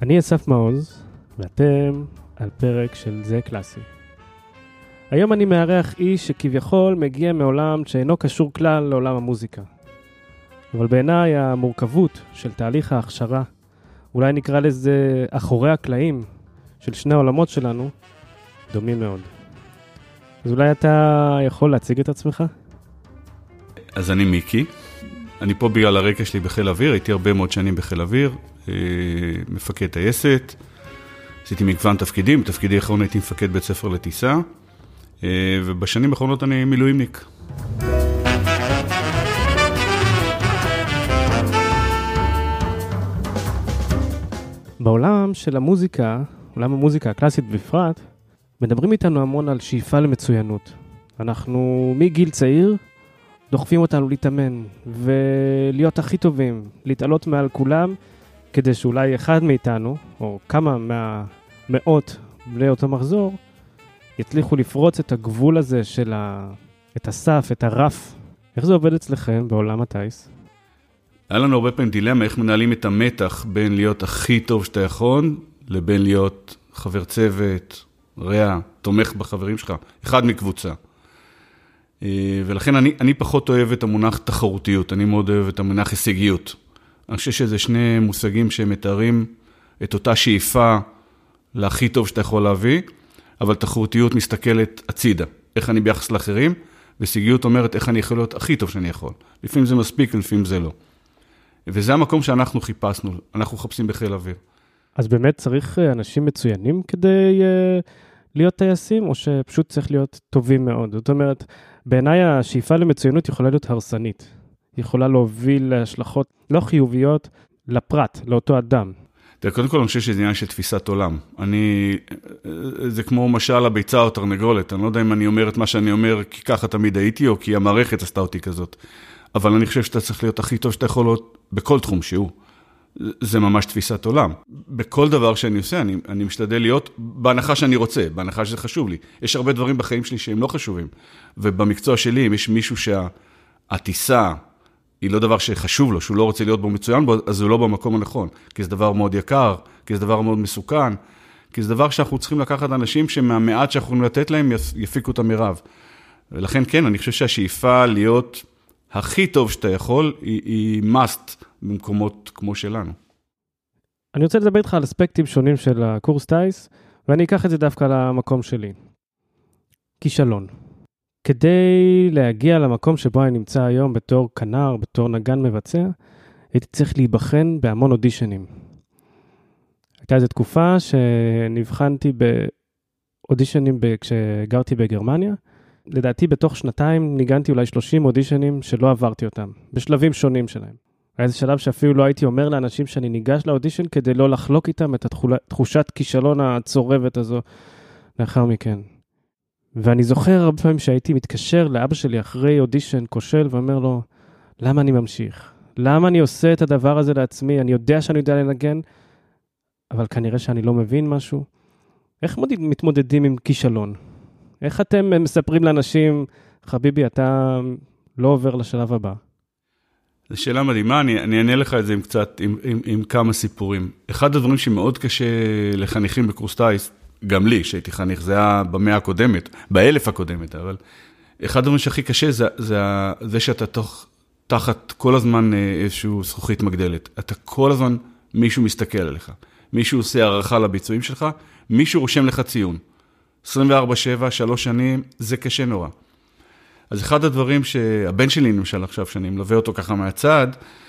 אני אסף מעוז, ואתם על פרק של זה קלאסי. היום אני מארח איש שכביכול מגיע מעולם שאינו קשור כלל לעולם המוזיקה. אבל בעיניי המורכבות של תהליך ההכשרה, אולי נקרא לזה אחורי הקלעים של שני העולמות שלנו, דומים מאוד. אז אולי אתה יכול להציג את עצמך? אז אני מיקי, אני פה בגלל הרקע שלי בחיל אוויר, הייתי הרבה מאוד שנים בחיל אוויר, מפקד טייסת, עשיתי מגוון תפקידים, בתפקידי האחרון הייתי מפקד בית ספר לטיסה, ובשנים האחרונות אני מילואימניק. בעולם של המוזיקה, עולם המוזיקה הקלאסית בפרט, מדברים איתנו המון על שאיפה למצוינות. אנחנו מגיל צעיר דוחפים אותנו להתאמן ולהיות הכי טובים, להתעלות מעל כולם, כדי שאולי אחד מאיתנו, או כמה מהמאות בני אותו מחזור, יצליחו לפרוץ את הגבול הזה של את הסף, את הרף. איך זה עובד אצלכם בעולם הטייס? היה לנו הרבה פעמים דילמה איך מנהלים את המתח בין להיות הכי טוב שאתה יכול, לבין להיות חבר צוות, רע, תומך בחברים שלך, אחד מקבוצה. ולכן אני פחות אוהב את המונח תחרותיות, אני מאוד אוהב את המונח הישגיות. אני חושב שזה שני מושגים שמתארים את אותה שאיפה להכי טוב שאתה יכול להביא, אבל תחרותיות מסתכלת הצידה, איך אני ביחס לאחרים, והישגיות אומרת איך אני יכול להיות הכי טוב שאני יכול. לפעמים זה מספיק, לפעמים זה לא. וזה המקום שאנחנו חיפשנו, אנחנו חפשים בחיל אוויר. אז באמת צריך אנשים מצוינים כדי להיות טייסים, או שפשוט צריך להיות טובים מאוד? זאת אומרת, בעיניי השאיפה למצוינות יכולה להיות הרסנית. יכולה להוביל להשלכות לא חיוביות לפרט, לאותו אדם. קודם כל אני חושב שזה עניין של תפיסת עולם. זה כמו משל הביצה או תרנגולת. אני לא יודע אם אני אומר את מה שאני אומר כי ככה תמיד הייתי, או כי המערכת עשתה אותי כזאת. אבל אני חושב שאתה צריך להיות הכי טוב שאתה יכול להיות בכל תחום שהוא. זה ממש תפיסת עולם. בכל דבר שאני עושה, אני משתדל להיות בהנחה שאני רוצה, בהנחה שזה חשוב לי. יש הרבה דברים בחיים שלי שהם לא חשובים. ובמקצוע שלי, אם יש מישהו שהטיסה היא לא דבר שחשוב לו, שהוא לא רוצה להיות בו מצוין בו, אז הוא לא במקום הנכון. כי זה דבר מאוד יקר, כי זה דבר מאוד מסוכן, כי זה דבר שאנחנו צריכים לקחת אנשים שמהמעט שאנחנו יכולים לתת להם יפיקו את המרב. ולכן כן, אני חושב שהשאיפה להיות הכי טוב שאתה יכול, היא must במקומות כמו שלנו. אני רוצה לדבר איתך על אספקטים שונים של הקורס טייס, ואני אקח את זה דווקא למקום שלי. כישלון. כדי להגיע למקום שבו אני נמצא היום בתור כנר, בתור נגן מבצע, הייתי צריך להיבחן בהמון אודישנים. הייתה איזו תקופה שנבחנתי באודישנים כשגרתי בגרמניה, לדעתי בתוך שנתיים ניגנתי אולי 30 אודישנים שלא עברתי אותם, בשלבים שונים שלהם. היה איזה שלב שאפילו לא הייתי אומר לאנשים שאני ניגש לאודישן כדי לא לחלוק איתם את תחושת כישלון הצורבת הזו לאחר מכן. ואני זוכר הרבה פעמים שהייתי מתקשר לאבא שלי אחרי אודישן כושל ואומר לו, למה אני ממשיך? למה אני עושה את הדבר הזה לעצמי? אני יודע שאני יודע לנגן, אבל כנראה שאני לא מבין משהו. איך מתמודדים עם כישלון? איך אתם מספרים לאנשים, חביבי, אתה לא עובר לשלב הבא? זו שאלה מדהימה, אני אענה לך את זה עם כמה סיפורים. אחד הדברים שמאוד קשה לחניכים בקורס טייס, גם לי, שהייתי חניך, זה היה במאה הקודמת, באלף הקודמת, אבל אחד הדברים שהכי קשה זה שאתה תחת כל הזמן איזשהו זכוכית מגדלת. אתה כל הזמן, מישהו מסתכל עליך, מישהו עושה הערכה לביצועים שלך, מישהו רושם לך ציון. 24/7, 3 שנים, זה קשה נורא. אז אחד הדברים שהבן שלי למשל עכשיו, שאני מלווה אותו ככה מהצד,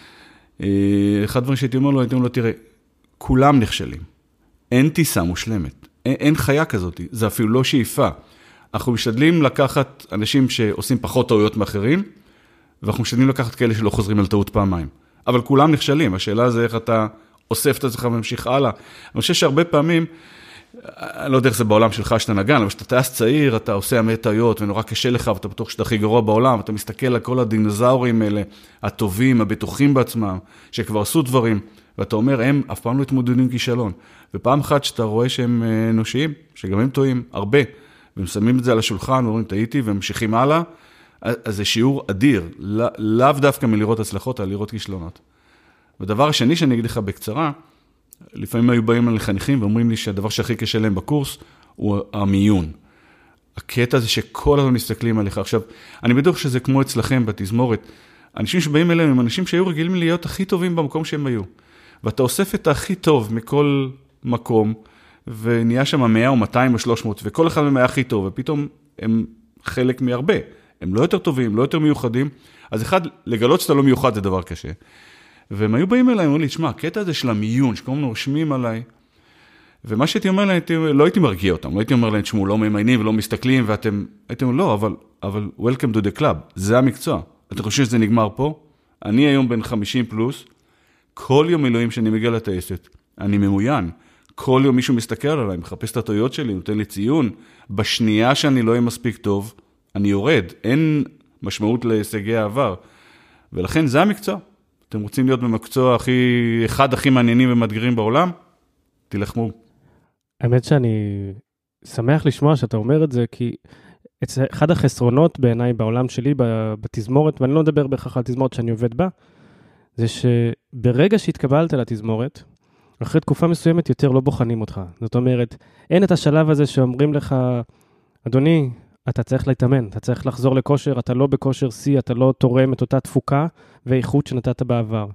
אחד הדברים שהייתי אומר לו, תראה, כולם נכשלים. אין טיסה מושלמת. אין חיה כזאת, זה אפילו לא שאיפה. אנחנו משתדלים לקחת אנשים שעושים פחות טעויות מאחרים, ואנחנו משתדלים לקחת כאלה שלא חוזרים על טעות פעמיים. אבל כולם נכשלים, השאלה זה איך אתה אוסף את עצמך וממשיך הלאה. אני חושב שהרבה פעמים, אני לא יודע איך זה בעולם שלך שאתה נגן, אבל שאתה טייס צעיר, אתה עושה המון טעויות, ונורא קשה לך, ואתה בטוח שאתה הכי גרוע בעולם, אתה מסתכל על כל הדינוזאורים האלה, הטובים, הבטוחים בעצמם, שכבר עשו דברים, ואתה אומר, הם אף פעם לא התמודדו עם כישלון. ופעם אחת שאתה רואה שהם אנושיים, שגם הם טועים הרבה, והם שמים את זה על השולחן, ואומרים, טעיתי, וממשיכים הלאה, אז זה שיעור אדיר, לאו דווקא מלראות הצלחות, אלא לראות כישלונות. ודבר השני שאני אגיד לך בקצרה, לפעמים היו באים על חניכים ואומרים לי שהדבר שהכי קשה להם בקורס הוא המיון. הקטע הזה שכל הזמן מסתכלים עליך. עכשיו, אני בטוח שזה כמו אצלכם בתזמורת. אנשים שבאים אליהם הם אנשים שהיו רגילים להיות הכי טובים במקום שהם היו. ואתה אוסף את הכי טוב מכל מקום, ונהיה שם 100 או 200 או 300, וכל אחד מהם היה הכי טוב, ופתאום הם חלק מהרבה. הם לא יותר טובים, לא יותר מיוחדים. אז אחד, לגלות שאתה לא מיוחד זה דבר קשה. והם היו באים אליי, אמרו לי, תשמע, הקטע הזה של המיון, שכל מיני רושמים עליי, ומה שהייתי אומר להם, לא הייתי מרגיע אותם, לא הייתי אומר להם, תשמעו, לא ממיינים ולא מסתכלים, ואתם, הייתי אומר, לא, אבל welcome to the club, זה המקצוע. אתה חושב שזה נגמר פה? אני היום בן 50 פלוס, כל יום מילואים שאני מגיע לטייסת, אני ממוין, כל יום מישהו מסתכל עליי, מחפש את הטעויות שלי, נותן לי ציון, בשנייה שאני לא אהיה מספיק טוב, אני יורד, אין משמעות להישגי העבר, ולכן זה המקצוע. אתם רוצים להיות במקצוע אחד הכי מעניינים ומאתגרים בעולם? תלחמו. האמת שאני שמח לשמוע שאתה אומר את זה, כי אחד החסרונות בעיניי בעולם שלי, בתזמורת, ואני לא מדבר בהכרח על תזמורת שאני עובד בה, זה שברגע שהתקבלת לתזמורת, אחרי תקופה מסוימת יותר לא בוחנים אותך. זאת אומרת, אין את השלב הזה שאומרים לך, אדוני, אתה צריך להתאמן, אתה צריך לחזור לכושר, אתה לא בכושר C, אתה לא תורם את אותה תפוקה ואיכות שנתת בעבר.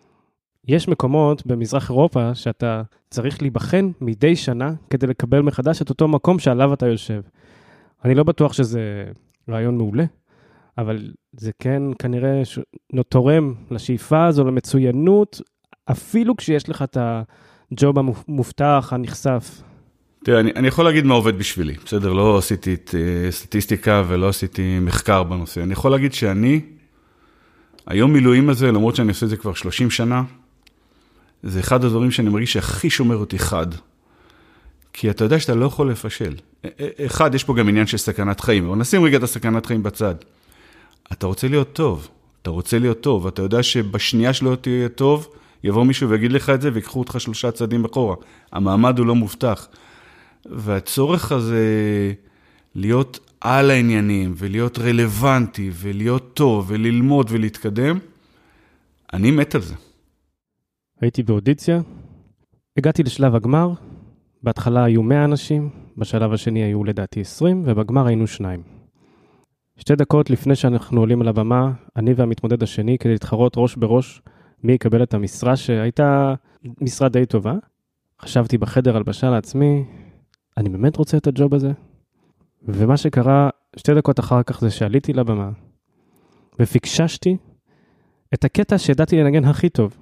יש מקומות במזרח אירופה שאתה צריך להיבחן מדי שנה כדי לקבל מחדש את אותו מקום שעליו אתה יושב. אני לא בטוח שזה רעיון מעולה, אבל זה כן כנראה תורם לשאיפה הזו, למצוינות, אפילו כשיש לך את הג'וב המובטח, הנחשף. תראה, אני יכול להגיד מה עובד בשבילי, בסדר? לא עשיתי סטטיסטיקה ולא עשיתי מחקר בנושא. אני יכול להגיד שאני, היום מילואים הזה, למרות שאני עושה את זה כבר 30 שנה, זה אחד הדברים שאני מרגיש שהכי שומר אותי חד. כי אתה יודע שאתה לא יכול לפשל. אחד, יש פה גם עניין של סכנת חיים, אבל נשים רגע את הסכנת חיים בצד. אתה רוצה להיות טוב, אתה רוצה להיות טוב, אתה יודע שבשנייה שלא תהיה טוב, יבוא מישהו ויגיד לך את זה, ויקחו אותך 3 צעדים אחורה. המעמד הוא לא מובטח. והצורך הזה להיות על העניינים, ולהיות רלוונטי, ולהיות טוב, וללמוד ולהתקדם, אני מת על זה. הייתי באודיציה, הגעתי לשלב הגמר, בהתחלה היו 100 אנשים, בשלב השני היו לדעתי 20, ובגמר היינו 2. 2 דקות לפני שאנחנו עולים על הבמה, אני והמתמודד השני, כדי להתחרות ראש בראש, מי יקבל את המשרה שהייתה משרה די טובה. חשבתי בחדר הלבשה לעצמי, אני באמת רוצה את הג'וב הזה? ומה שקרה 2 דקות אחר כך זה שעליתי לבמה, ופיקששתי את הקטע שידעתי לנגן הכי טוב.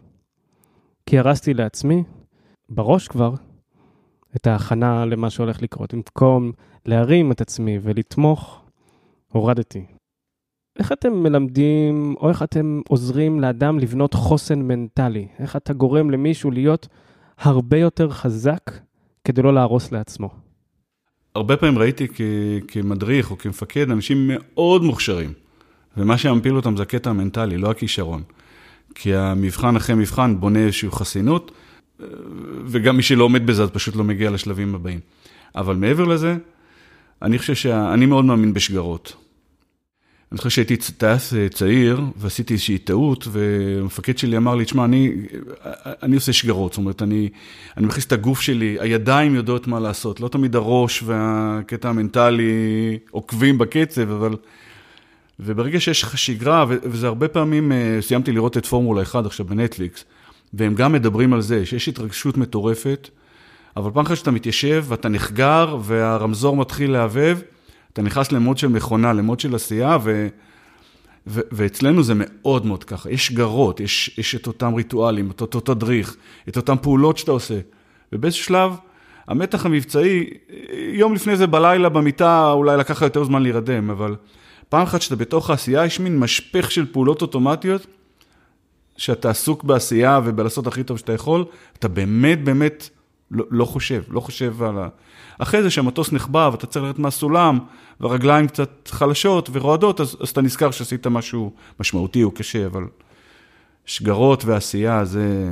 כי הרסתי לעצמי, בראש כבר, את ההכנה למה שהולך לקרות. במקום להרים את עצמי ולתמוך, הורדתי. איך אתם מלמדים, או איך אתם עוזרים לאדם לבנות חוסן מנטלי? איך אתה גורם למישהו להיות הרבה יותר חזק כדי לא להרוס לעצמו? הרבה פעמים ראיתי כמדריך או כמפקד אנשים מאוד מוכשרים, ומה שמפיל אותם זה הקטע המנטלי, לא הכישרון. כי המבחן אחרי מבחן בונה איזושהי חסינות, וגם מי שלא עומד בזה, אז פשוט לא מגיע לשלבים הבאים. אבל מעבר לזה, אני חושב שאני מאוד מאמין בשגרות. אני חושב שהייתי טייס צעיר, ועשיתי איזושהי טעות, והמפקד שלי אמר לי, תשמע, אני עושה שגרות, זאת אומרת, אני מכניס את הגוף שלי, הידיים יודעות מה לעשות, לא תמיד הראש והקטע המנטלי עוקבים בקצב, אבל... וברגע שיש לך שגרה, וזה הרבה פעמים, סיימתי לראות את פורמולה 1 עכשיו בנטפליקס, והם גם מדברים על זה, שיש התרגשות מטורפת, אבל פעם אחת שאתה מתיישב, ואתה נחגר, והרמזור מתחיל להבב, אתה נכנס למוד של מכונה, למוד של עשייה, ואצלנו זה מאוד מאוד ככה. יש שגרות, יש את אותם ריטואלים, את אותו תדריך, את אותם פעולות שאתה עושה. ובאיזשהו שלב, המתח המבצעי, יום לפני זה בלילה במיטה, אולי לקח יותר זמן להירדם, אבל פעם אחת שאתה בתוך העשייה, יש מין משפך של פעולות אוטומטיות, שאתה עסוק בעשייה ובלעשות הכי טוב שאתה יכול, אתה באמת באמת לא חושב על אחרי זה שהמטוס נחבא, ואתה צריך לרדת מהסולם, והרגליים קצת חלשות ורועדות, אז אתה נזכר שעשית משהו משמעותי או קשה, אבל שגרות ועשייה, זה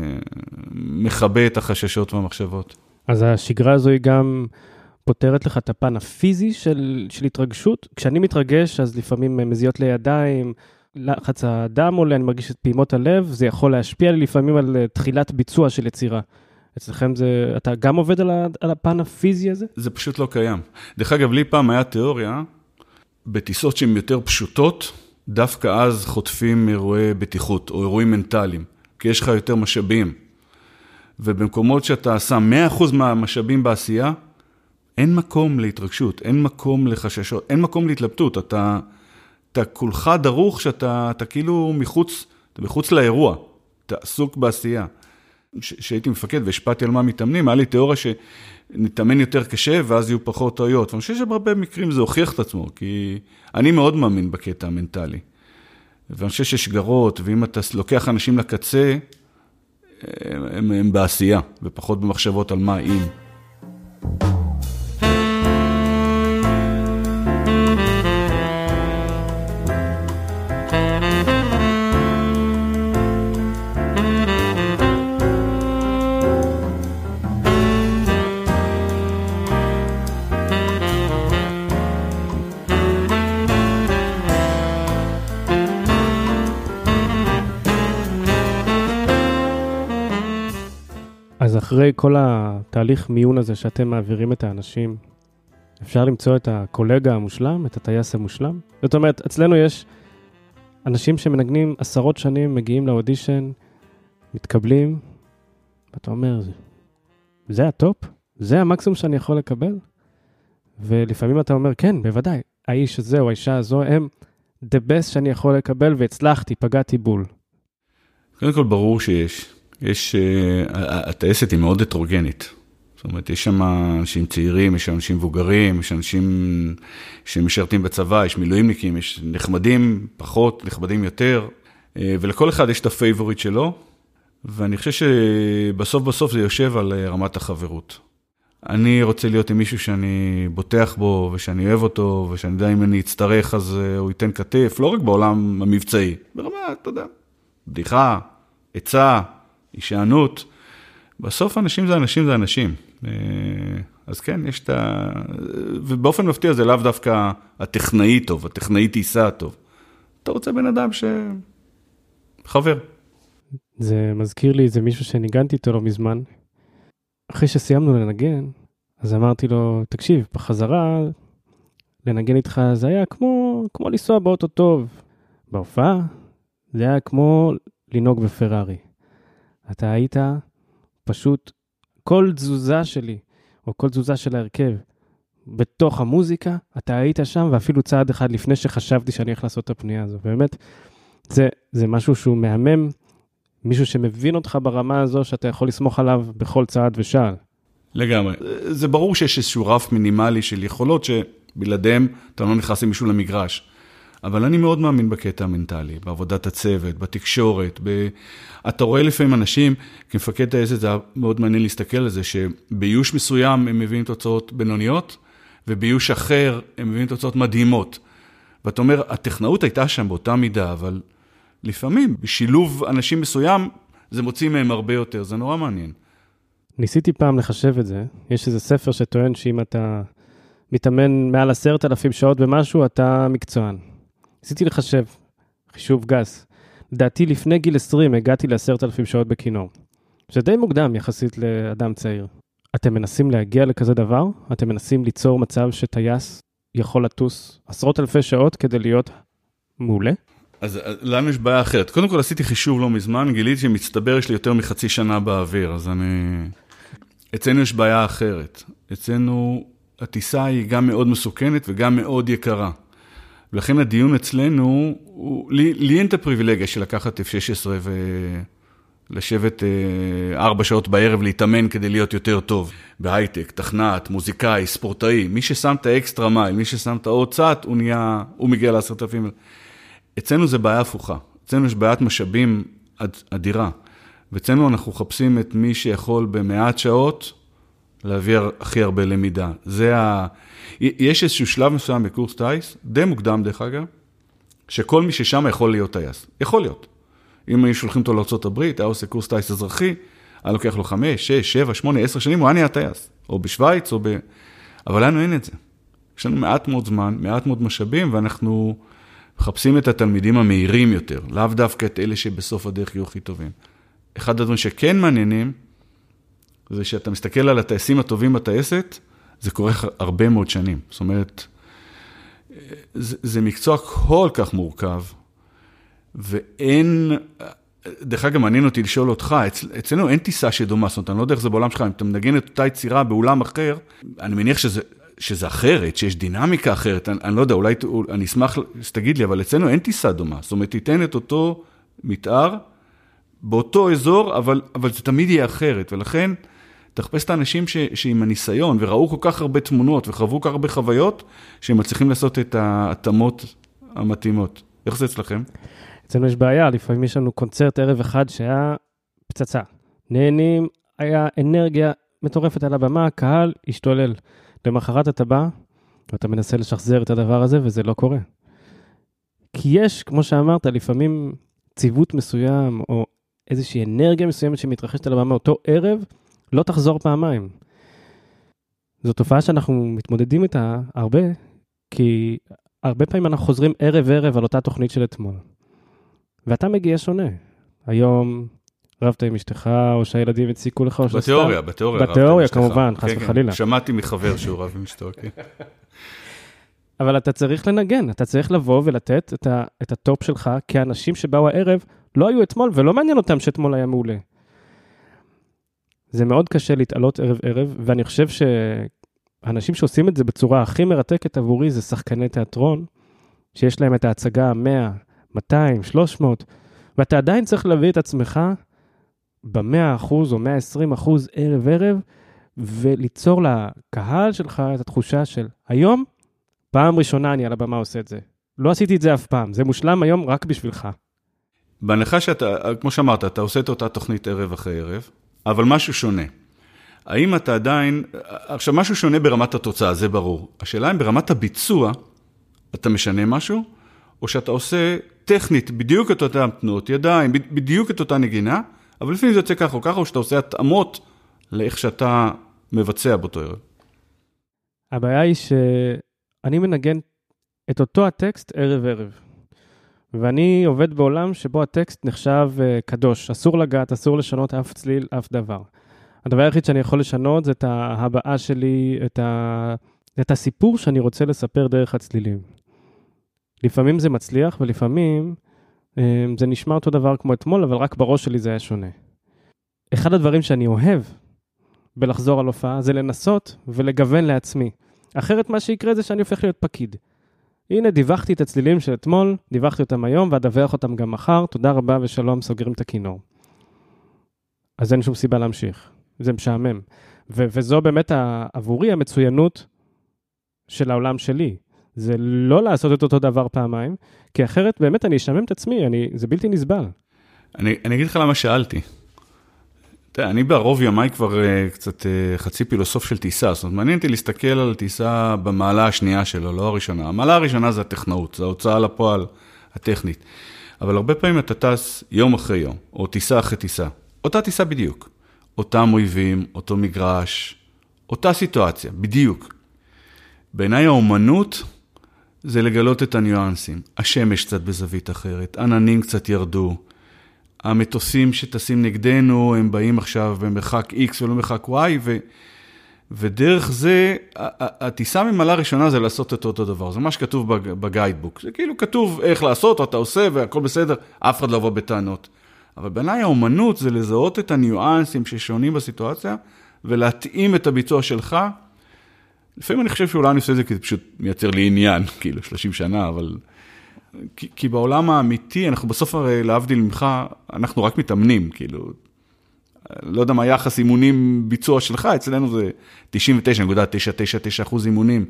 מכבה את החששות והמחשבות. אז השגרה הזו היא גם פותרת לך את הפן הפיזי של התרגשות. כשאני מתרגש, אז לפעמים מזיות לידיים, לחץ הדם עולה, אני מרגיש את פעימות הלב, זה יכול להשפיע לפעמים על תחילת ביצוע של יצירה. אצלכם זה, אתה גם עובד על הפן הפיזי הזה? זה פשוט לא קיים. דרך אגב, לי פעם היה תיאוריה, בטיסות שהן יותר פשוטות, דווקא אז חוטפים אירועי בטיחות, או אירועים מנטליים, כי יש לך יותר משאבים. ובמקומות שאתה שם 100% מהמשאבים בעשייה, אין מקום להתרגשות, אין מקום לחששות, אין מקום להתלבטות. אתה כולך דרוך שאתה כאילו מחוץ לאירוע, אתה עסוק בעשייה. שהייתי מפקד והשפעתי על מה מתאמנים, היה לי תיאוריה שנתאמן יותר קשה ואז יהיו פחות טעויות. ואני חושב שבהרבה מקרים זה הוכיח את עצמו, כי אני מאוד מאמין בקטע המנטלי. ואני חושב שיש שגרות, ואם אתה לוקח אנשים לקצה, הם בעשייה, ופחות במחשבות על מה אם. אז אחרי כל התהליך מיון הזה שאתם מעבירים את האנשים, אפשר למצוא את הקולגה המושלם, את הטייס המושלם? זאת אומרת, אצלנו יש אנשים שמנגנים 10 שנים, מגיעים לאודישן, מתקבלים, ואתה אומר, זה הטופ? זה המקסימום שאני יכול לקבל? ולפעמים אתה אומר, כן, בוודאי, האיש הזה או האישה הזו, הם the best שאני יכול לקבל, והצלחתי, פגעתי בול. קודם כל ברור הטייסת היא מאוד הטרוגנית. זאת אומרת, יש שם אנשים צעירים, יש אנשים מבוגרים, יש אנשים שמשרתים בצבא, יש מילואימניקים, יש נחמדים פחות, נכבדים יותר, ולכל אחד יש את הפייבוריט שלו, ואני חושב שבסוף זה יושב על רמת החברות. אני רוצה להיות עם מישהו שאני בוטח בו, ושאני אוהב אותו, ושאני יודע אם אני אצטרך, אז הוא ייתן כתף, לא רק בעולם המבצעי, ברמה, אתה יודע, בדיחה, עצה, הישענות. בסוף אנשים זה אנשים. אז כן, יש את ובאופן מפתיע זה לאו דווקא הטכנאי טוב, הטכנאי טיסה טוב. אתה רוצה בן אדם חבר. זה מזכיר לי, זה מישהו שניגנתי איתו לא מזמן. אחרי שסיימנו לנגן, אז אמרתי לו, תקשיב, בחזרה לנגן איתך זה היה כמו לנסוע באוטו טוב. בהופעה זה היה כמו לנהוג בפרארי. אתה היית פשוט כל תזוזה שלי, או כל תזוזה של ההרכב, בתוך המוזיקה, אתה היית שם, ואפילו צעד אחד לפני שחשבתי שאני הולך לעשות את הפנייה הזו. באמת, זה משהו שהוא מהמם, מישהו שמבין אותך ברמה הזו, שאתה יכול לסמוך עליו בכל צעד ושעל. לגמרי. זה ברור שיש איזשהו רף מינימלי של יכולות, שבלעדיהם אתה לא נכנס עם מישהו למגרש. אבל אני מאוד מאמין בקטע המנטלי, בעבודת הצוות, בתקשורת, אתה רואה לפעמים אנשים, כמפקד טייסת, זה מאוד מעניין להסתכל על זה, שביוש מסוים הם מביאים תוצאות בינוניות, וביוש אחר הם מביאים תוצאות מדהימות. ואתה אומר, הטכנאות הייתה שם באותה מידה, אבל לפעמים, בשילוב אנשים מסוים, זה מוציא מהם הרבה יותר, זה נורא מעניין. ניסיתי פעם לחשב את זה, יש איזה ספר שטוען שאם אתה מתאמן מעל 10,000 שעות במשהו, אתה מקצוען. ניסיתי לחשב, חישוב גס. לדעתי לפני גיל 20 הגעתי ל10,000 שעות בכינור. זה די מוקדם יחסית לאדם צעיר. אתם מנסים להגיע לכזה דבר? אתם מנסים ליצור מצב שטייס יכול לטוס 10,000 שעות כדי להיות מעולה? אז לנו יש בעיה אחרת. קודם כל עשיתי חישוב לא מזמן, גיליתי שמצטבר יש לי יותר מחצי שנה באוויר, אז אצלנו יש בעיה אחרת. אצלנו הטיסה היא גם מאוד מסוכנת וגם מאוד יקרה. ולכן הדיון אצלנו, לי אין את הפריבילגיה של לקחת F-16 ולשבת 4 שעות בערב להתאמן כדי להיות יותר טוב. בהייטק, תכנת, מוזיקאי, ספורטאי, מי ששם את האקסטרה מייל, מי ששם את העוד צעת, הוא מגיע ל10,000. אצלנו זה בעיה הפוכה. אצלנו יש בעיית משאבים אדירה. ואצלנו אנחנו מחפשים את מי שיכול במעט שעות להביא הכי הרבה למידה. יש איזשהו שלב מסוים בקורס טייס, די מוקדם דרך אגב, שכל מי ששם יכול להיות טייס. יכול להיות. אם היו שולחים אותו לארצות הברית, היה עושה קורס טייס אזרחי, היה לוקח לו 5, 6, 7, 8, 10 שנים, הוא היה נהיה טייס. או בשוויץ, אבל לנו אין את זה. יש לנו מעט מאוד זמן, מעט מאוד משאבים, ואנחנו מחפשים את התלמידים המהירים יותר, לאו דווקא את אלה שבסוף הדרך יהיו הכי טובים. אחד הדברים שכן מעניינים, זה שאתה מסתכל על הטייסים הטובים בטייסת, זה קורה הרבה מאוד שנים. זאת אומרת, זה מקצוע כל כך מורכב, ואין, דרך אגב, מעניין אותי לשאול אותך, אצלנו אין טיסה שדומה, זאת אומרת, אני לא יודע איך זה בעולם שלך, אם אתה מנגן את אותה יצירה באולם אחר, אני מניח שזה אחרת, שיש דינמיקה אחרת, אני לא יודע, אולי אני אשמח שתגיד לי, אבל אצלנו אין טיסה דומה, זאת אומרת, תיתן את אותו מתאר, באותו אזור, אבל זה תמיד יהיה אחרת, ולכן תחפש את האנשים שעם הניסיון, וראו כל כך הרבה תמונות, וחוו כל כך הרבה חוויות, שהם מצליחים לעשות את ההתאמות המתאימות. איך זה אצלכם? אצלנו יש בעיה, לפעמים יש לנו קונצרט ערב אחד שהיה פצצה. נהנים, היה אנרגיה מטורפת על הבמה, הקהל השתולל. למחרת אתה בא, ואתה מנסה לשחזר את הדבר הזה, וזה לא קורה. כי יש, כמו שאמרת, לפעמים ציוות מסוים, או איזושהי אנרגיה מסוימת שמתרחשת על הבמה אותו ערב, לא תחזור פעמיים. זו תופעה שאנחנו מתמודדים איתה הרבה, כי הרבה פעמים אנחנו חוזרים ערב על אותה תוכנית של אתמול. ואתה מגיע שונה. היום רבת עם אשתך, או שהילדים הציקו לך, או שאתה... בתיאוריה, כמובן, חס וחלילה. שמעתי מחבר שהוא רב עם אשתו, כן. אבל אתה צריך לנגן, אתה צריך לבוא ולתת את הטופ שלך, כי האנשים שבאו הערב לא היו אתמול, ולא מעניין אותם שאתמול היה מעולה. זה מאוד קשה להתעלות ערב, ואני חושב שהאנשים שעושים את זה בצורה הכי מרתקת עבורי, זה שחקני תיאטרון, שיש להם את ההצגה 100, 200, 300, ואתה עדיין צריך להביא את עצמך ב100% או 120% ערב, וליצור לקהל שלך את התחושה של היום, פעם ראשונה אני על הבמה עושה את זה. לא עשיתי את זה אף פעם, זה מושלם היום רק בשבילך. בהנחה שאתה, כמו שאמרת, אתה עושה את אותה תוכנית ערב אחרי ערב, אבל משהו שונה. האם אתה עדיין, עכשיו משהו שונה ברמת התוצאה, זה ברור. השאלה אם ברמת הביצוע, אתה משנה משהו, או שאתה עושה טכנית, בדיוק את אותה תנועות ידיים, בדיוק את אותה נגינה, אבל לפעמים זה יוצא ככה או ככה, או שאתה עושה התאמות לאיך שאתה מבצע באותו ערב. הבעיה היא שאני מנגן את אותו הטקסט ערב. ואני עובד בעולם שבו הטקסט נחשב קדוש, אסור לגעת, אסור לשנות אף צליל, אף דבר. הדבר היחיד שאני יכול לשנות זה את ההבעה שלי, את הסיפור שאני רוצה לספר דרך הצלילים. לפעמים זה מצליח, ולפעמים זה נשמע אותו דבר כמו אתמול, אבל רק בראש שלי זה היה שונה. אחד הדברים שאני אוהב בלחזור על הופעה, זה לנסות ולגוון לעצמי. אחרת מה שיקרה זה שאני הופך להיות פקיד. הנה, דיווחתי את הצלילים של אתמול, דיווחתי אותם היום, ואדווח אותם גם מחר, תודה רבה ושלום, סוגרים את הכינור. אז אין שום סיבה להמשיך. זה משעמם. וזו באמת עבורי המצוינות של העולם שלי. זה לא לעשות את אותו דבר פעמיים, כי אחרת באמת אני אשמם את עצמי, זה בלתי נסבל. אני אגיד לך למה שאלתי. אני ברוב ימיי כבר קצת חצי פילוסוף של טיסה, זאת אומרת, מעניין אותי להסתכל על טיסה במעלה השנייה שלו, לא הראשונה. המעלה הראשונה זה הטכנאות, זה ההוצאה לפועל הטכנית. אבל הרבה פעמים אתה טס יום אחרי יום, או טיסה אחרי טיסה. אותה טיסה בדיוק. אותם אויבים, אותו מגרש, אותה סיטואציה, בדיוק. בעיניי האומנות זה לגלות את הניואנסים. השמש קצת בזווית אחרת, עננים קצת ירדו, המטוסים שטסים נגדנו, הם באים עכשיו במרחק X ולא במרחק Y, ודרך זה, הטיסה ממעלה ראשונה זה לעשות את אותו דבר. זה מה שכתוב בגיידבוק. זה כאילו כתוב איך לעשות, אתה עושה והכל בסדר, אף אחד לא עבוד בטענות. אבל בעיניי האומנות זה לזהות את הניואנסים ששונים בסיטואציה, ולהתאים את הביצוע שלך. לפעמים אני חושב שאולי אני עושה את זה כי זה פשוט מייצר לי עניין, כאילו 30 שנה, אבל... כי בעולם האמיתי, אנחנו בסוף הרי להבדיל ממך, אנחנו רק מתאמנים, כאילו, לא יודע מה יחס אימונים ביצוע שלך, אצלנו זה 99.999% אימונים,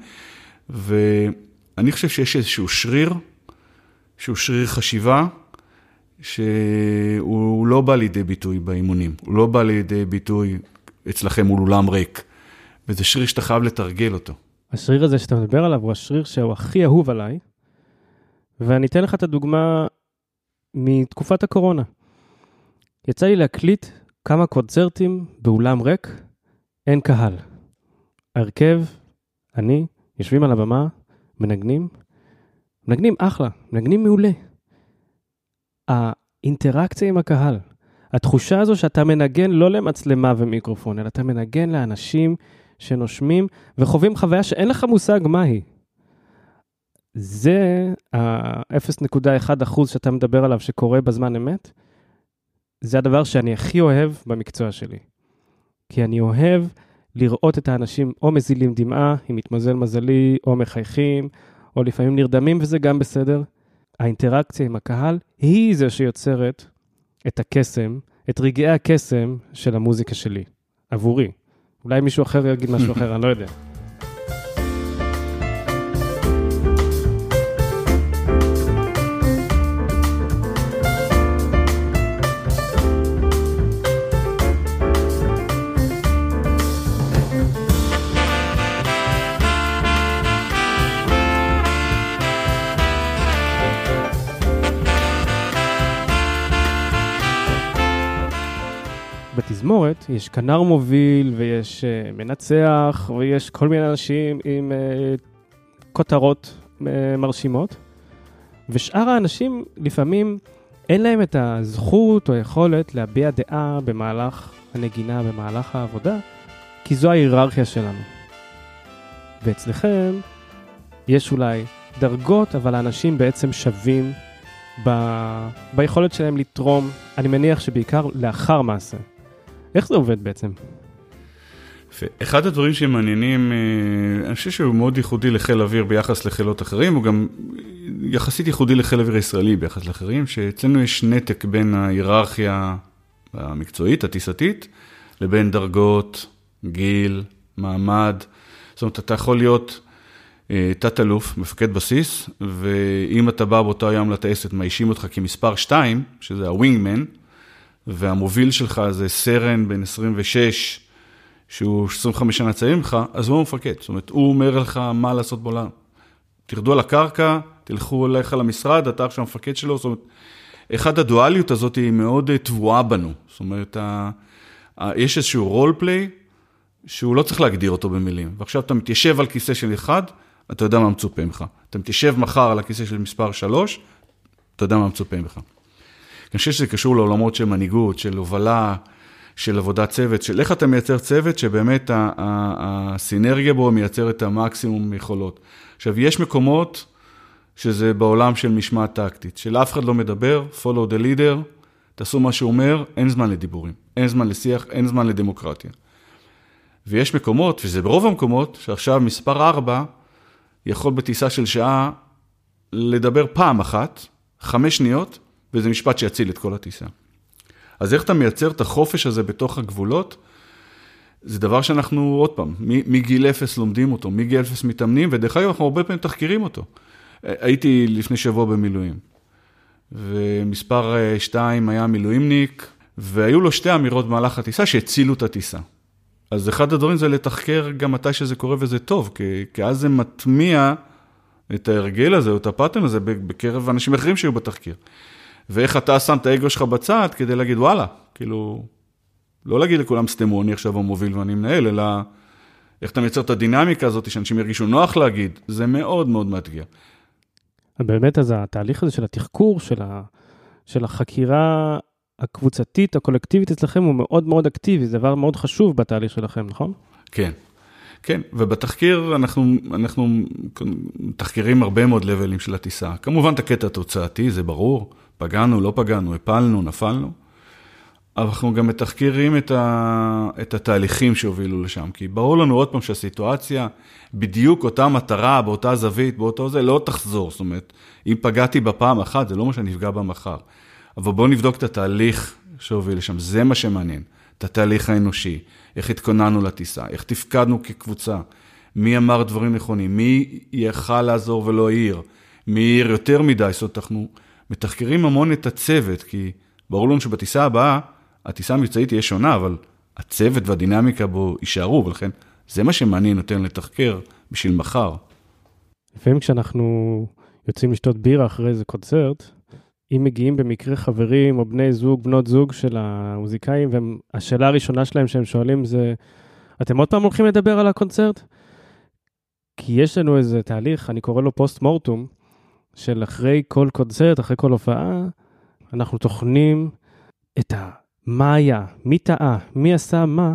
ואני חושב שיש איזשהו שריר, שהוא שריר חשיבה, שהוא לא בא לידי ביטוי באימונים, הוא לא בא לידי ביטוי אצלכם מול אולם ריק, וזה שריר שאתה חייב לתרגל אותו. השריר הזה שאתה מדבר עליו, הוא השריר שהוא הכי אהוב עליי, ואני אתן לך את הדוגמה מתקופת הקורונה. יצא לי להקליט כמה קונצרטים באולם ריק, אין קהל. הרכב, אני, יושבים על הבמה, מנגנים אחלה, מנגנים מעולה. האינטראקציה עם הקהל, התחושה הזו שאתה מנגן לא למצלמה ומיקרופון, אלא אתה מנגן לאנשים שנושמים וחווים חוויה שאין לך מושג מהי. זה ה-0.1% שאתה מדבר עליו שקורה בזמן אמת, זה הדבר שאני הכי אוהב במקצוע שלי. כי אני אוהב לראות את האנשים או מזילים דמעה, אם מתמזל מזלי, או מחייכים, או לפעמים נרדמים, וזה גם בסדר. האינטראקציה עם הקהל היא זה שיוצרת את הקסם, את רגעי הקסם של המוזיקה שלי, עבורי. אולי מישהו אחר יגיד משהו אחר, אני לא יודע. בתזמורת יש כנר מוביל ויש מנצח ויש כל מיני אנשים עם כותרות מרשימות, ושאר האנשים לפעמים אין להם את הזכות או היכולת להביע דעה במהלך הנגינה, במהלך העבודה, כי זו ההיררכיה שלנו. ואצלכם יש אולי דרגות, אבל האנשים בעצם שווים ביכולת שלהם לתרום, אני מניח שבעיקר לאחר מעשה. איך זה עובד בעצם? אחד הדברים שמעניינים, אני חושב שהוא מאוד ייחודי לחיל אוויר ביחס לחילות אחרים, הוא גם יחסית ייחודי לחיל אוויר ישראלי ביחס לאחרים, שאצלנו יש נתק בין ההיררכיה המקצועית, הטיסתית, לבין דרגות, גיל, מעמד. זאת אומרת, אתה יכול להיות תת-אלוף, מפקד בסיס, ואם אתה בא באותו יום לטייסת, מאישים אותך כמספר 2, שזה הווינגמן, והמוביל שלך זה סרן בן 26, שהוא 25 שנה צעיר ממך, אז הוא מפקד. זאת אומרת, הוא אומר לך מה לעשות בעולם. תרדו על הקרקע, תלכו אליך למשרד, אתה עכשיו המפקד שלו. זאת אומרת, אחד הדואליות הזאת היא מאוד טבועה בנו. זאת אומרת, יש איזשהו רול פליי, שהוא לא צריך להגדיר אותו במילים. ועכשיו אתה מתיישב על כיסא של אחד, אתה יודע מה מצופה ממך. אתה מתיישב מחר על הכיסא של מספר 3, אתה יודע מה מצופה ממך. אני חושב שזה קשור לעולמות של מנהיגות, של הובלה, של עבודת צוות, של איך אתה מייצר צוות שבאמת הסינרגיה בו מייצר את המקסימום יכולות. עכשיו, יש מקומות שזה בעולם של משמעת טקטית, של אף אחד לא מדבר, follow the leader, תעשו מה שהוא אומר, אין זמן לדיבורים, אין זמן לשיח, אין זמן לדמוקרטיה. ויש מקומות, וזה ברוב המקומות, שעכשיו מספר 4 יכול בטיסה של שעה לדבר פעם אחת, 5 שניות, וזה משפט שיציל את כל הטיסה. אז איך אתה מייצר את החופש הזה בתוך הגבולות? זה דבר שאנחנו עוד פעם, מגיל 0 לומדים אותו, מגיל 0 מתאמנים, ודרך אגב אנחנו הרבה פעמים תחקירים אותו. הייתי לפני שבוע במילואים, ומספר 2 היה מילואימניק, והיו לו 2 אמירות במהלך הטיסה שהצילו את הטיסה. אז אחד הדברים זה לתחקר גם מתי שזה קורה וזה טוב, כי אז זה מטמיע את ההרגל הזה, או את הפאטרן הזה, בקרב אנשים אחרים שהיו בתחקיר. ואיך אתה שם את האגו שלך בצד, כדי להגיד, וואלה, כאילו, לא להגיד לכולם סתמו, אני עכשיו המוביל ואני מנהל, אלא איך אתה מייצר את הדינמיקה הזאת, שאנשים ירגישו נוח להגיד, זה מאוד מאוד מאתגר. באמת, אז התהליך הזה של התחקור, של החקירה הקבוצתית, הקולקטיבית אצלכם, הוא מאוד מאוד אקטיבי, זה דבר מאוד חשוב בתהליך שלכם, נכון? כן. כן, ובתחקיר אנחנו תחקירים הרבה מאוד לבלים של הטיסה. כמובן את הקטע התוצאתי, זה ברור, פגענו, לא פגענו, הפלנו, נפלנו, אבל אנחנו גם מתחקירים את התהליכים שהובילו לשם, כי ברור לנו עוד פעם שהסיטואציה, בדיוק אותה מטרה, באותה זווית, באותו זה, לא תחזור. זאת אומרת, אם פגעתי בפעם אחת, זה לא מה שאני אפגע בה מחר. אבל בואו נבדוק את התהליך שהוביל לשם, זה מה שמעניין. את התהליך האנושי, איך התכוננו לטיסה, איך תפקדנו כקבוצה, מי אמר דברים נכונים, מי יכל לעזור ולא העיר, מי העיר יותר מדי. זאת אומרת, אנחנו מתחקרים המון את הצוות, כי ברור לנו שבטיסה הבאה, הטיסה המבצעית תהיה שונה, אבל הצוות והדינמיקה בו יישארו, ולכן זה מה שמעניין נותן לתחקר בשביל מחר. לפעמים כשאנחנו יוצאים לשתות בירה אחרי איזה קונצרט, אם מגיעים במקרה חברים או בני זוג, בנות זוג של המוזיקאים, והשאלה הראשונה שלהם שהם שואלים זה, אתם עוד פעם הולכים לדבר על הקונצרט? כי יש לנו איזה תהליך, אני קורא לו פוסט מורטום, של אחרי כל קונצרט, אחרי כל הופעה, אנחנו תוכנים את מה היה, מי טעה, מי עשה מה,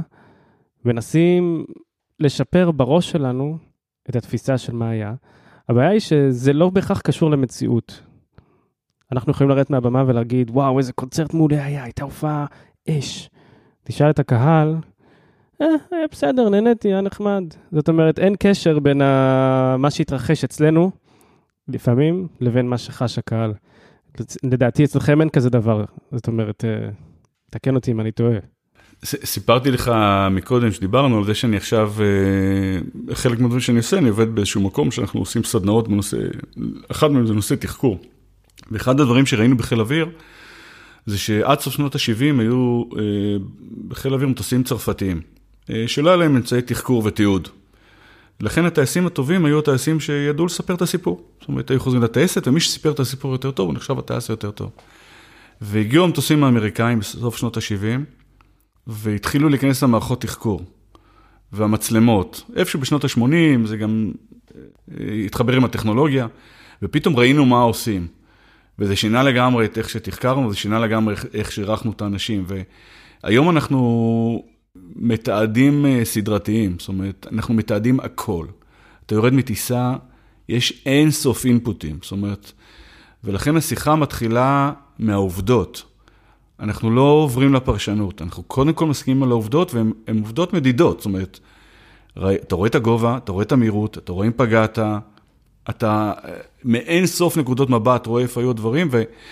ונסים לשפר בראש שלנו את התפיסה של מה היה. הבעיה היא שזה לא בהכרח קשור למציאות. אנחנו יכולים לרדת מהבמה ולהגיד, וואו, איזה קונצרט מעולה היה, הייתה הופעה אש. תשאל את הקהל, היה בסדר, נהניתי, היה נחמד. זאת אומרת, אין קשר בין מה שהתרחש אצלנו, לפעמים, לבין מה שחש הקהל. לדעתי, אצלכם אין כזה דבר. זאת אומרת, תקן אותי אם אני טועה. סיפרתי לך מקודם שדיברנו על זה שאני עכשיו, חלק מהדברים שאני עושה, אני עובד באיזשהו מקום שאנחנו עושים סדנאות בנושא, אחד מהם זה נושא תחקור. ואחד הדברים שראינו בחיל אוויר, זה שעד סוף שנות ה-70 היו בחיל אוויר מטוסים צרפתיים, שלא היה להם אמצעי תחקור ותיעוד. לכן הטייסים הטובים היו הטייסים שידעו לספר את הסיפור. זאת אומרת, היו חוזרים לטייסת, ומי שסיפר את הסיפור יותר טוב, הוא נחשב הטייס יותר טוב. והגיעו המטוסים האמריקאים בסוף שנות ה-70, והתחילו להיכנס למערכות תחקור. והמצלמות, איפשהו בשנות ה-80, זה גם התחבר עם הטכנולוגיה, ופתאום ראינו מה עושים. וזה שינה לגמרי את איך שתחקרנו, וזה שינה לגמרי איך שערכנו את האנשים. והיום אנחנו מתעדים סדרתיים, זאת אומרת, אנחנו מתעדים הכל. אתה יורד מטיסה, יש אין סוף אינפוטים, זאת אומרת, ולכן השיחה מתחילה מהעובדות. אנחנו לא עוברים לפרשנות, אנחנו קודם כל מסכימים על העובדות, והן עובדות מדידות, זאת אומרת, אתה רואה את הגובה, אתה רואה את המהירות, אתה רואה אם פגעת, אתה מאין סוף נקודות מבט, רואה איפה היו הדברים,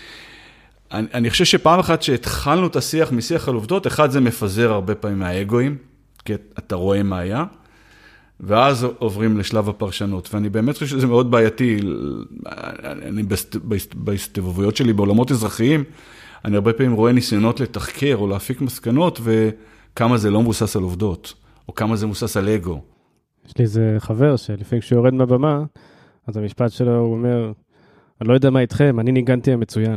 ואני חושב שפעם אחת שהתחלנו את השיח משיח על עובדות, אחד זה מפזר הרבה פעמים מהאגואים, כי אתה רואה מה היה, ואז עוברים לשלב הפרשנות, ואני באמת חושב שזה מאוד בעייתי, אני בהסתובבויות שלי בעולמות אזרחיים, אני הרבה פעמים רואה ניסיונות לתחקר או להפיק מסקנות, וכמה זה לא מבוסס על עובדות, או כמה זה מבוסס על אגו. יש לי איזה חבר שלפעמים כשהוא יורד מהבמה, אז המשפט שלו הוא אומר, אני לא יודע מה איתכם, אני ניגנתי המצוין.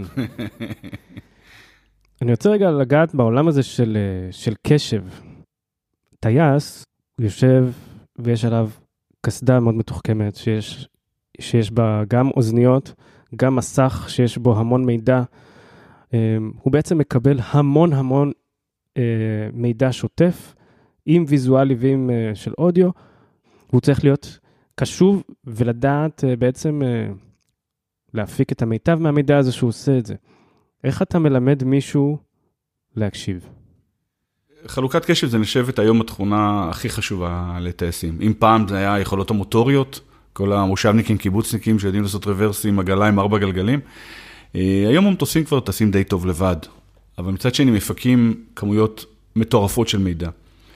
אני רוצה רגע לגעת בעולם הזה של קשב. טייס, הוא יושב ויש עליו קסדה מאוד מתוחכמת, שיש בה גם אוזניות, גם מסך שיש בו המון מידע. הוא בעצם מקבל המון מידע שוטף, עם ויזואלי ועם של אודיו, והוא צריך להיות קשוב ולדעת בעצם להפיק את המיטב מהמידע הזה שהוא עושה את זה. איך אתה מלמד מישהו להקשיב? חלוקת קשב זה נחשבת היום התכונה הכי חשובה לטייסים. אם פעם זה היה היכולות המוטוריות, כל המושבניקים, קיבוצניקים שיודעים לעשות רוורסים, עגלה עם 4 גלגלים, היום המטוסים כבר טסים די טוב לבד, אבל מצד שני מפקים כמויות מטורפות של מידע.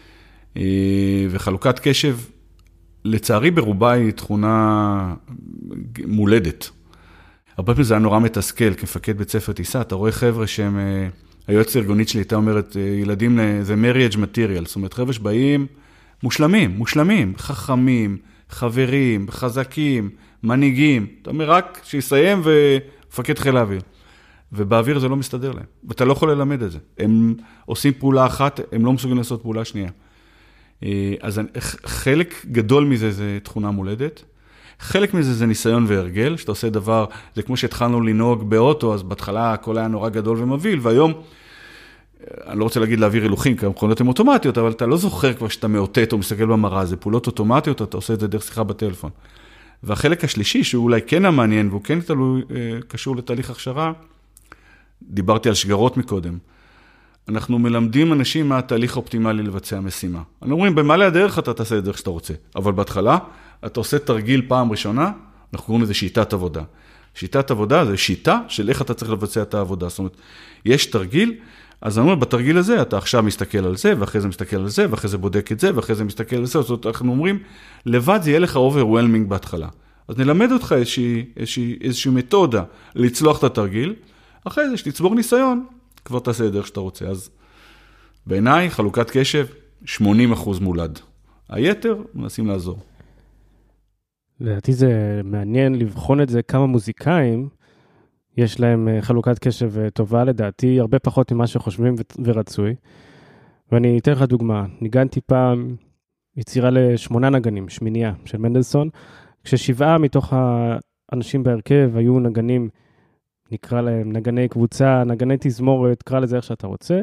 וחלוקת קשב, לצערי ברובה היא תכונה מולדת. הרבה פעמים זה היה נורא מתסכל, כמפקד בית ספר טיסה, אתה רואה חבר'ה שהם, היועצת הארגונית שלי הייתה אומרת, ילדים זה marriage material, זאת אומרת חבר'ה שבאים מושלמים, חכמים, חברים, חזקים, מנהיגים, אתה אומר רק שיסיים ומפקד חיל האוויר. ובאוויר זה לא מסתדר להם, ואתה לא יכול ללמד את זה. הם עושים פעולה אחת, הם לא מסוגלים לעשות פעולה שנייה. אז חלק גדול מזה זה תכונה מולדת, חלק מזה זה ניסיון והרגל, שאתה עושה דבר, זה כמו שהתחלנו לנהוג באוטו, אז בהתחלה הכל היה נורא גדול ומוביל, והיום, אני לא רוצה להגיד להעביר הילוכים, כי המכונות הן אוטומטיות, אבל אתה לא זוכר כבר שאתה מאותת או מסתכל במראה, זה פעולות אוטומטיות, אתה עושה את זה דרך שיחה בטלפון. והחלק השלישי, שהוא אולי כן המעניין, והוא כן קשור לתהליך הכשרה, דיברתי על שגרות מקודם. אנחנו מלמדים אנשים מה התהליך האופטימלי לבצע משימה. אנחנו אומרים, במעלה הדרך אתה תעשה את דרך שאתה רוצה, אבל בהתחלה אתה עושה תרגיל פעם ראשונה, אנחנו קוראים לזה שיטת עבודה. שיטת עבודה זה שיטה של איך אתה צריך לבצע את העבודה. זאת אומרת, יש תרגיל, אז אני אומר, בתרגיל הזה אתה עכשיו מסתכל על זה, ואחרי זה מסתכל על זה, ואחרי זה בודק את זה, ואחרי זה מסתכל על זה. זאת אומרת, אנחנו אומרים, לבד זה יהיה לך overwhelming בהתחלה. אז נלמד אותך איזושהי מתודה לצלוח את התרגיל, אחרי זה שתצבור ניסיון, כבר תעשה את דרך שאתה רוצה. אז בעיניי, חלוקת קשב, 80% מולד. היתר, מנסים לעזור. לדעתי זה מעניין לבחון את זה, כמה מוזיקאים יש להם חלוקת קשב טובה, לדעתי, הרבה פחות ממה שחושבים ורצוי. ואני אתן לך דוגמה, ניגנתי פעם יצירה ל8 נגנים, שמינייה של מנדלסון, כש7 מתוך האנשים בהרכב היו נגנים, נקרא להם נגני קבוצה, נגני תזמורת, קרא לזה איך שאתה רוצה,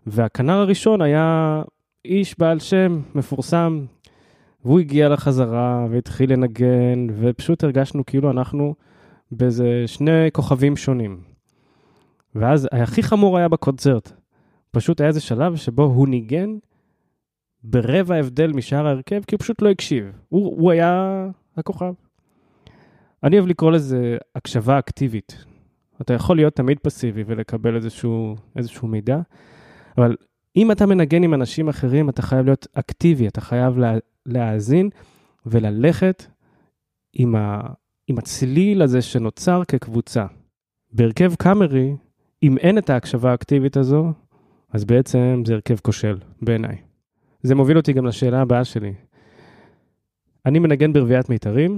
והכנר הראשון היה איש בעל שם מפורסם, והוא הגיע לחזרה והתחיל לנגן, ופשוט הרגשנו כאילו אנחנו באיזה 2 כוכבים שונים. ואז הכי חמור היה בקונצרט. פשוט היה איזה שלב שבו הוא ניגן ברבע הבדל משאר ההרכב, כי הוא פשוט לא הקשיב. הוא היה הכוכב. אני אוהב לקרוא לזה הקשבה אקטיבית. אתה יכול להיות תמיד פסיבי ולקבל איזשהו מידע, אבל אם אתה מנגן עם אנשים אחרים, אתה חייב להיות אקטיבי, אתה חייב להאזין וללכת עם הצליל הזה שנוצר כקבוצה. בהרכב קאמרי, אם אין את ההקשבה האקטיבית הזו, אז בעצם זה הרכב כושל, בעיניי. זה מוביל אותי גם לשאלה הבאה שלי. אני מנגן ברביעת מיתרים,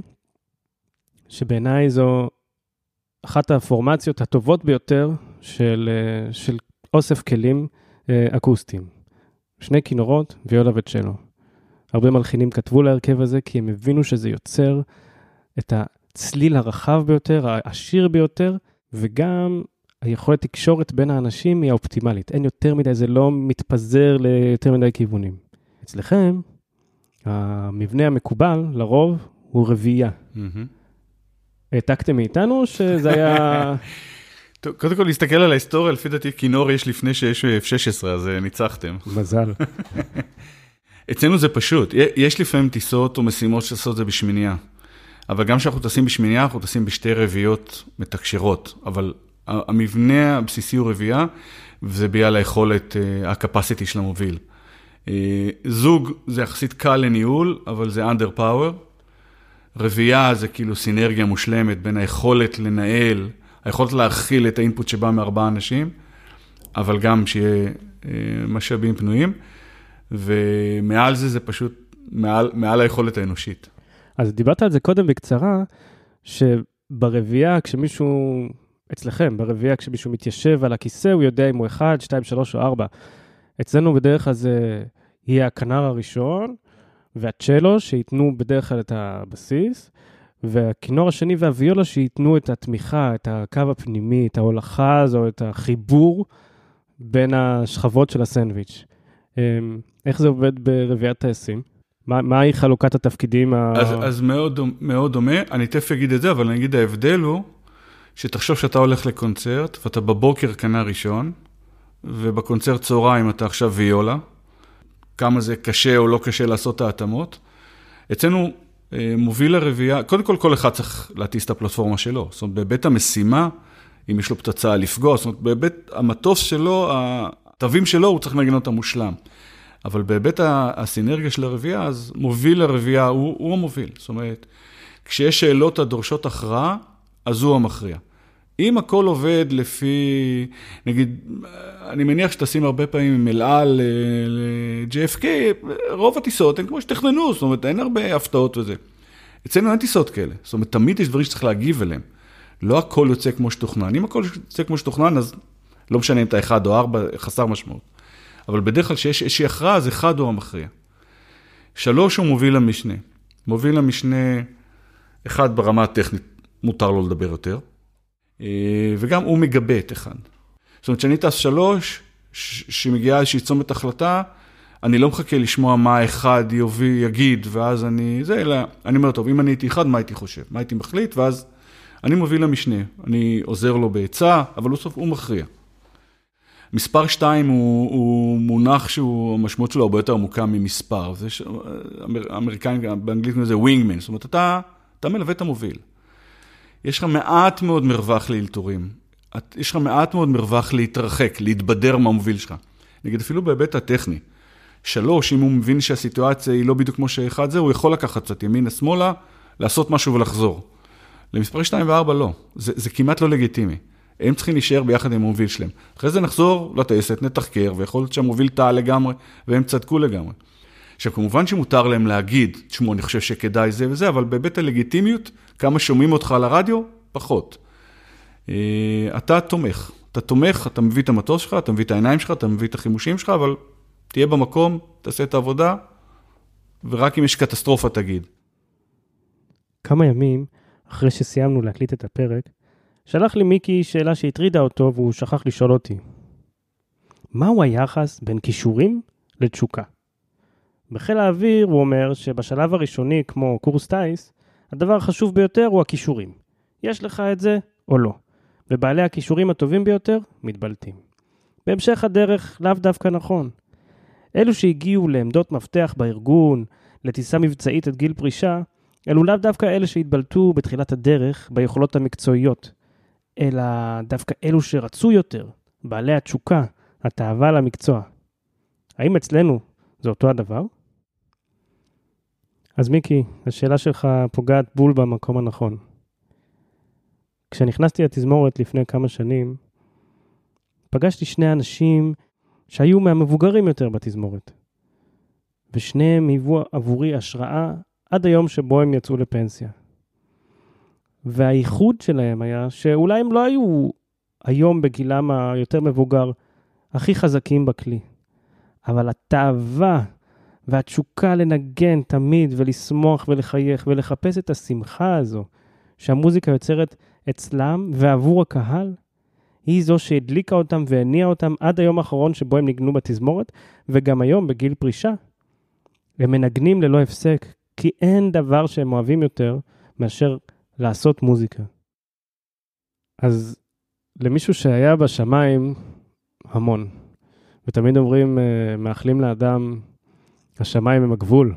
שבעיניי זו אחת הפורמציות הטובות ביותר של אוסף כלים אקוסטיים. 2 כינורות, ויולה וצ'לו. הרבה מלחינים כתבו להרכב הזה, כי הם הבינו שזה יוצר את הצליל הרחב ביותר, העשיר ביותר, וגם היכולת תקשורת בין האנשים היא האופטימלית. אין יותר מדי, זה לא מתפזר ליותר מדי כיוונים. אצלכם, המבנה המקובל, לרוב, הוא רביעייה. העתקתם מאיתנו, שזה היה... טוב, קודם כל, להסתכל על ההיסטוריה, לפי דעתי, כינור יש לפני שיש F-16, אז ניצחתם. מזל. אצלנו זה פשוט. יש לפעמים טיסות או משימות שעשות את זה בשמינייה. אבל גם כשאנחנו טסים בשמינייה, אנחנו טסים בשתי רביעיות מתקשרות. אבל המבנה הבסיסי הוא רביעייה, וזה בגלל היכולת, הקפסיטי של המוביל. זוג זה יחסית קל לניהול, אבל זה under power. רביעייה זה כאילו סינרגיה מושלמת בין היכולת לנהל, היכולת להכיל את האינפוט שבא מ4 אנשים, אבל גם שיהיה משאבים פנויים, ומעל זה פשוט מעל היכולת האנושית. אז דיברת על זה קודם בקצרה, שברביעייה כשמישהו, אצלכם, ברביעייה כשמישהו מתיישב על הכיסא, הוא יודע אם הוא 1, 2, 3 או 4. אצלנו בדרך כלל זה יהיה הכנר הראשון, והצ'לו שיתנו בדרך כלל את הבסיס, והכינור השני והוויולה שיתנו את התמיכה, את הקו הפנימי, את ההולכה הזו, את החיבור בין השכבות של הסנדוויץ'. איך זה עובד ברביעיית טייסים? מהי חלוקת התפקידים? אז מאוד דומה, אני תכף אגיד את זה, אבל אני אגיד ההבדל הוא, שתחשוב שאתה הולך לקונצרט, ואתה בבוקר כנר ראשון, ובקונצרט צהריים אתה עכשיו ויולה, כמה זה קשה או לא קשה לעשות את ההתאמות. אצלנו מוביל הרביעייה, קודם כל אחד צריך להטיס את הפלטפורמה שלו. זאת אומרת, בבית המשימה, אם יש לו פצצה לפגוע, זאת אומרת, בבית המטוס שלו, התווים שלו, הוא צריך לנגן אותה מושלם. אבל בבית הסינרגיה של הרביעייה, אז מוביל הרביעייה, הוא המוביל. זאת אומרת, כשיש שאלות הדורשות הכרעה, אז הוא המכריע. אם הכל עובד לפי, נגיד, אני מניח שתשים הרבה פעמים עם אלעל ל-JFK, רוב הטיסות הן כמו שתכננו, זאת אומרת, אין הרבה הפתעות וזה. אצלנו אין טיסות כאלה, זאת אומרת, תמיד יש דברים שצריך להגיב אליהם. לא הכל יוצא כמו שתוכנן. אם הכל יוצא כמו שתוכנן, אז לא משנה אם אתה 1 או 4, חסר משמעות. אבל בדרך כלל שיש איזושהי הכרעה, אז 1 הוא המכריע. 3 הוא מוביל למשנה. מוביל למשנה, 1 ברמה הטכנית, מותר לו לדבר יותר. וגם הוא מגבה את 1. זאת אומרת, שאני טס 3, שמגיעה איזושהי צומת החלטה, אני לא מחכה לשמוע מה 1 יגיד, ואז אלא אני אומר, טוב, אם אני הייתי 1, מה הייתי חושב? מה הייתי מחליט? ואז אני מוביל למשנה. אני עוזר לו בעצה, אבל בסוף הוא מכריע. מספר 2 הוא מונח המשמעות שלו הרבה יותר עמוקה ממספר. זה האמריקאים באנגלית זה wingman. זאת אומרת, אתה מלווה את המוביל. יש לך מעט מאוד מרווח לאלתורים. יש לך מעט מאוד מרווח להתרחק, להתבדר מהמוביל שלך. נגיד אפילו בהיבט הטכני. 3, אם הוא מבין שהסיטואציה היא לא בדיוק כמו ש1 זה, הוא יכול לקחת קצת ימינה, שמאלה, לעשות משהו ולחזור. למספר 2 ו4 לא. זה כמעט לא לגיטימי. הם צריכים להישאר ביחד עם המוביל שלהם. אחרי זה נחזור לטייסת, נתחקר, ויכול להיות שהמוביל טעה לגמרי, והם צדקו לגמרי. עכשיו, כמובן שמותר להם להגיד, תשמעו, אני חושב שכדאי זה וזה, אבל בהיבט הלגיטימיות, כמה שומעים אותך על הרדיו? פחות. אתה תומך. אתה מביא את המטוס שלך, אתה מביא את העיניים שלך, אתה מביא את החימושים שלך, אבל תהיה במקום, תעשה את העבודה, ורק אם יש קטסטרופה תגיד. כמה ימים אחרי שסיימנו להקליט את הפרק, שלח לי מיקי שאלה שהטרידה אותו, והוא שכח לשאול אותי. מהו היחס בין כישורים לתשוקה? בחיל האוויר הוא אומר שבשלב הראשוני, כמו קורס טייס, הדבר החשוב ביותר הוא הכישורים. יש לך את זה או לא. ובעלי הכישורים הטובים ביותר מתבלטים. בהמשך הדרך לאו דווקא נכון. אלו שהגיעו לעמדות מפתח בארגון, לטיסה מבצעית עד גיל פרישה, אלו לאו דווקא אלה שהתבלטו בתחילת הדרך ביכולות המקצועיות, אלא דווקא אלו שרצו יותר, בעלי התשוקה, התאווה למקצוע. האם אצלנו זה אותו הדבר? אז מיקי, השאלה שלך פוגעת בול במקום הנכון. כשנכנסתי לתזמורת לפני כמה שנים, פגשתי שני אנשים שהיו מהמבוגרים יותר בתזמורת. ושניהם היוו עבורי השראה עד היום שבו הם יצאו לפנסיה. והייחוד שלהם היה שאולי הם לא היו היום בגילם היותר מבוגר הכי חזקים בכלי. אבל התאווה והתשוקה לנגן תמיד ולשמוח ולחייך ולחפש את השמחה הזו שהמוזיקה יוצרת אצלם ועבור הקהל, היא זו שהדליקה אותם והניעה אותם עד היום האחרון שבו הם ניגנו בתזמורת, וגם היום בגיל פרישה. הם מנגנים ללא הפסק, כי אין דבר שהם אוהבים יותר מאשר לעשות מוזיקה. אז למישהו שהיה בשמיים המון, ותמיד אומרים, מאחלים לאדם, השמיים הם הגבול.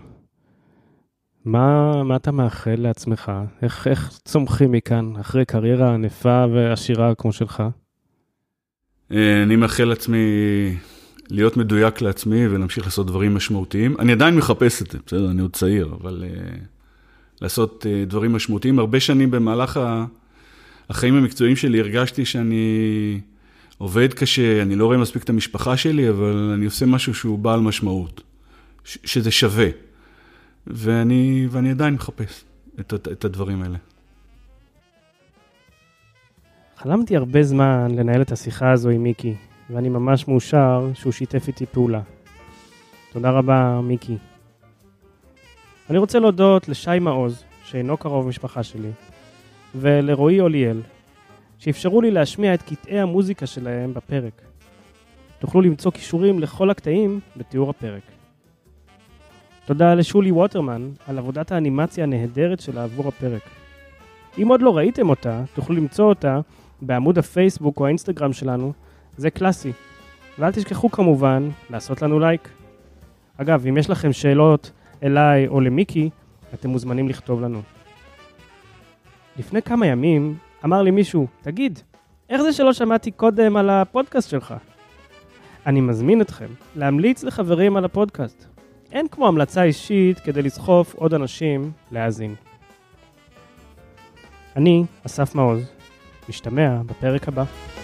מה אתה מאחל לעצמך? איך צומחים מכאן אחרי קריירה ענפה ועשירה כמו שלך? אני מאחל לעצמי להיות מדויק לעצמי ולהמשיך לעשות דברים משמעותיים. אני עדיין מחפש את זה, בסדר, אני עוד צעיר, אבל לעשות דברים משמעותיים. הרבה שנים במהלך החיים המקצועיים שלי הרגשתי שאני עובד קשה, אני לא רואה מספיק את המשפחה שלי, אבל אני עושה משהו שהוא בעל משמעות, שזה שווה. ואני עדיין מחפש את הדברים האלה. חלמתי הרבה זמן לנהל את השיחה הזו עם מיקי, ואני ממש מאושר שהוא שיתף איתי פעולה. תודה רבה, מיקי. אני רוצה להודות לשי מעוז, שאינו קרוב משפחה שלי, ולרועי אוליאל, שאפשרו לי להשמיע את קטעי המוזיקה שלהם בפרק. תוכלו למצוא קישורים לכל הקטעים בתיאור הפרק. תודה לשולי ווטרמן על עבודת האנימציה הנהדרת שלה עבור הפרק. אם עוד לא ראיתם אותה, תוכלו למצוא אותה בעמוד הפייסבוק או האינסטגרם שלנו, זה קלאסי. ואל תשכחו כמובן לעשות לנו לייק. אגב, אם יש לכם שאלות אליי או למיקי, אתם מוזמנים לכתוב לנו. לפני כמה ימים אמר לי מישהו, תגיד, איך זה שלא שמעתי קודם על הפודקאסט שלך? אני מזמין אתכם להמליץ לחברים על הפודקאסט. אין כמו המלצה אישית כדי לסחוף עוד אנשים להאזין. אני, אסף מעוז, משתמע בפרק הבא.